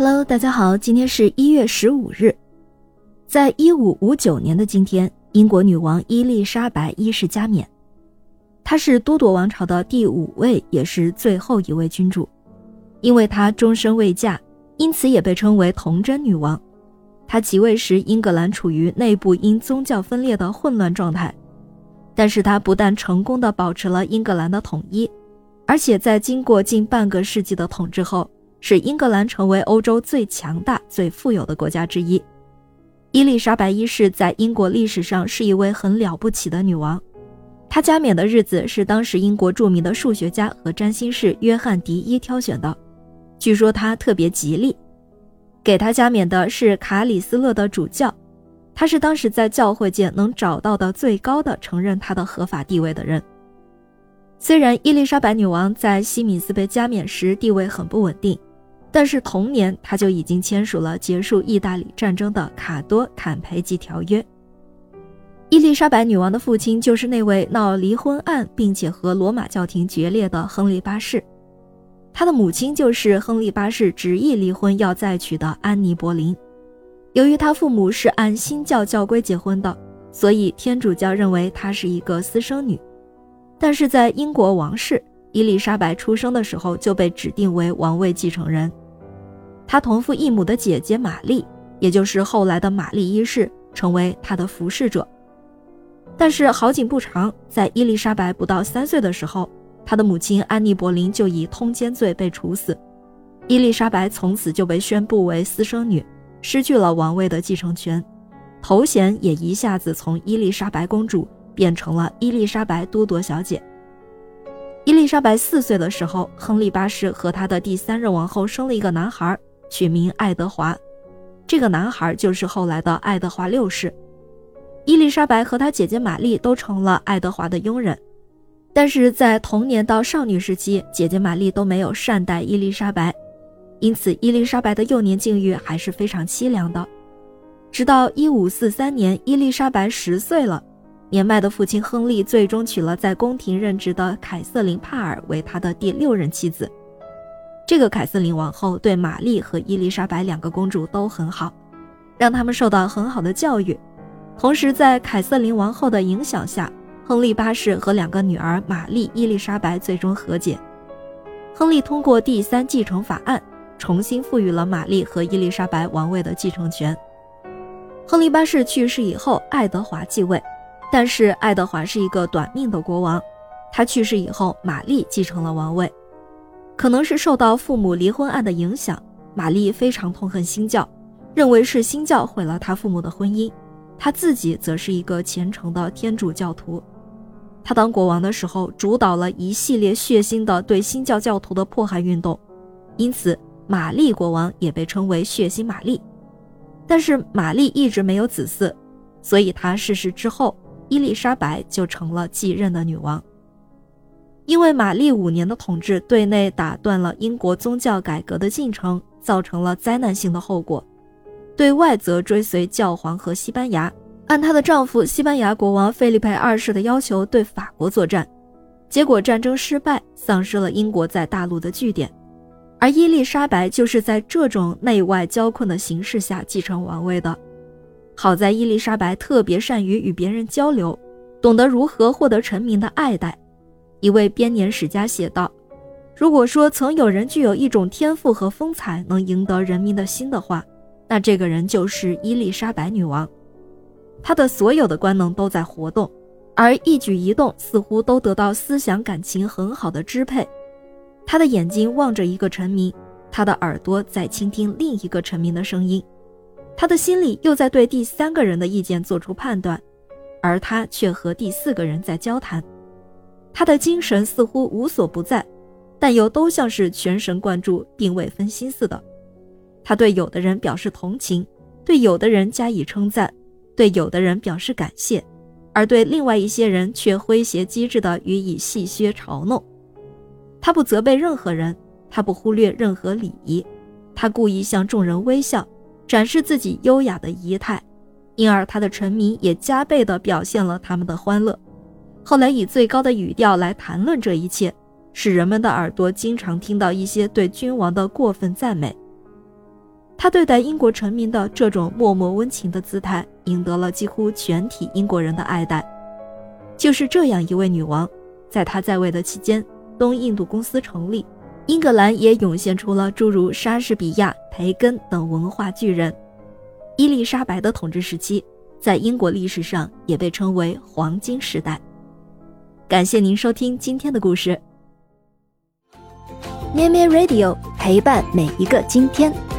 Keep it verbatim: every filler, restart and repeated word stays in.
Hello， 大家好，今天是一月十五日。在一五五九年的今天，英国女王伊丽莎白一世加冕。她是都铎王朝的第五位，也是最后一位君主。因为她终身未嫁，因此也被称为童贞女王。她即位时，英格兰处于内部因宗教分裂的混乱状态，但是她不但成功地保持了英格兰的统一，而且在经过近半个世纪的统治后，使英格兰成为欧洲最强大、最富有的国家之一。伊丽莎白一世在英国历史上是一位很了不起的女王。她加冕的日子是当时英国著名的数学家和占星师约翰迪伊挑选的，据说她特别吉利。给她加冕的是卡里斯勒的主教，他是当时在教会界能找到的最高的承认她的合法地位的人。虽然伊丽莎白女王在西敏寺被加冕时地位很不稳定，但是同年她就已经签署了结束意大利战争的卡多坎培吉条约。伊丽莎白女王的父亲就是那位闹离婚案并且和罗马教廷决裂的亨利八世，她的母亲就是亨利八世执意离婚要再娶的安妮博林。由于她父母是按新教教规结婚的，所以天主教认为她是一个私生女。但是在英国王室，伊丽莎白出生的时候就被指定为王位继承人。她同父异母的姐姐玛丽，也就是后来的玛丽一世，成为她的服侍者。但是好景不长，在伊丽莎白不到三岁的时候，她的母亲安妮博林就以通奸罪被处死。伊丽莎白从此就被宣布为私生女，失去了王位的继承权，头衔也一下子从伊丽莎白公主变成了伊丽莎白都铎小姐。伊丽莎白四岁的时候，亨利八世和他的第三任王后生了一个男孩，取名爱德华。这个男孩就是后来的爱德华六世。伊丽莎白和她姐姐玛丽都成了爱德华的佣人，但是在童年到少女时期，姐姐玛丽都没有善待伊丽莎白，因此伊丽莎白的幼年境遇还是非常凄凉的。直到一五四三年，伊丽莎白十岁了，年迈的父亲亨利最终娶了在宫廷任职的凯瑟琳·帕尔为他的第六任妻子。这个凯瑟琳王后对玛丽和伊丽莎白两个公主都很好，让他们受到很好的教育。同时在凯瑟琳王后的影响下，亨利八世和两个女儿玛丽、伊丽莎白最终和解。亨利通过第三继承法案，重新赋予了玛丽和伊丽莎白王位的继承权。亨利八世去世以后，爱德华继位，但是爱德华是一个短命的国王，他去世以后，玛丽继承了王位。可能是受到父母离婚案的影响，玛丽非常痛恨新教，认为是新教毁了她父母的婚姻，她自己则是一个虔诚的天主教徒。她当国王的时候，主导了一系列血腥的对新教教徒的迫害运动，因此玛丽国王也被称为血腥玛丽。但是玛丽一直没有子嗣，所以她逝世之后，伊丽莎白就成了继任的女王。因为玛丽五年的统治对内打断了英国宗教改革的进程，造成了灾难性的后果，对外则追随教皇和西班牙，按她的丈夫西班牙国王费利佩二世的要求对法国作战，结果战争失败，丧失了英国在大陆的据点。而伊丽莎白就是在这种内外交困的形势下继承王位的。好在伊丽莎白特别善于与别人交流，懂得如何获得臣民的爱戴。一位编年史家写道，如果说曾有人具有一种天赋和风采能赢得人民的心的话，那这个人就是伊丽莎白女王。她的所有的官能都在活动，而一举一动似乎都得到思想感情很好的支配。她的眼睛望着一个臣民，她的耳朵在倾听另一个臣民的声音，她的心里又在对第三个人的意见做出判断，而她却和第四个人在交谈。她的精神似乎无所不在，但又都像是全神贯注并未分心似的。她对有的人表示同情，对有的人加以称赞，对有的人表示感谢，而对另外一些人却诙谐机智地予以戏谑嘲弄。她不责备任何人，她不忽略任何礼仪，她故意向众人微笑，展示自己优雅的仪态，因而她的臣民也加倍地表现了他们的欢乐。后来以最高的语调来谈论这一切，使人们的耳朵经常听到一些对君王的过分赞美。 她对待英国臣民的这种默默温情的姿态，赢得了几乎全体英国人的爱戴。就是这样一位女王，在她在位的期间，东印度公司成立，英格兰也涌现出了诸如莎士比亚、培根等文化巨人。伊丽莎白的统治时期，在英国历史上也被称为黄金时代。感谢您收听今天的故事。咩咩 Radio 陪伴每一个今天。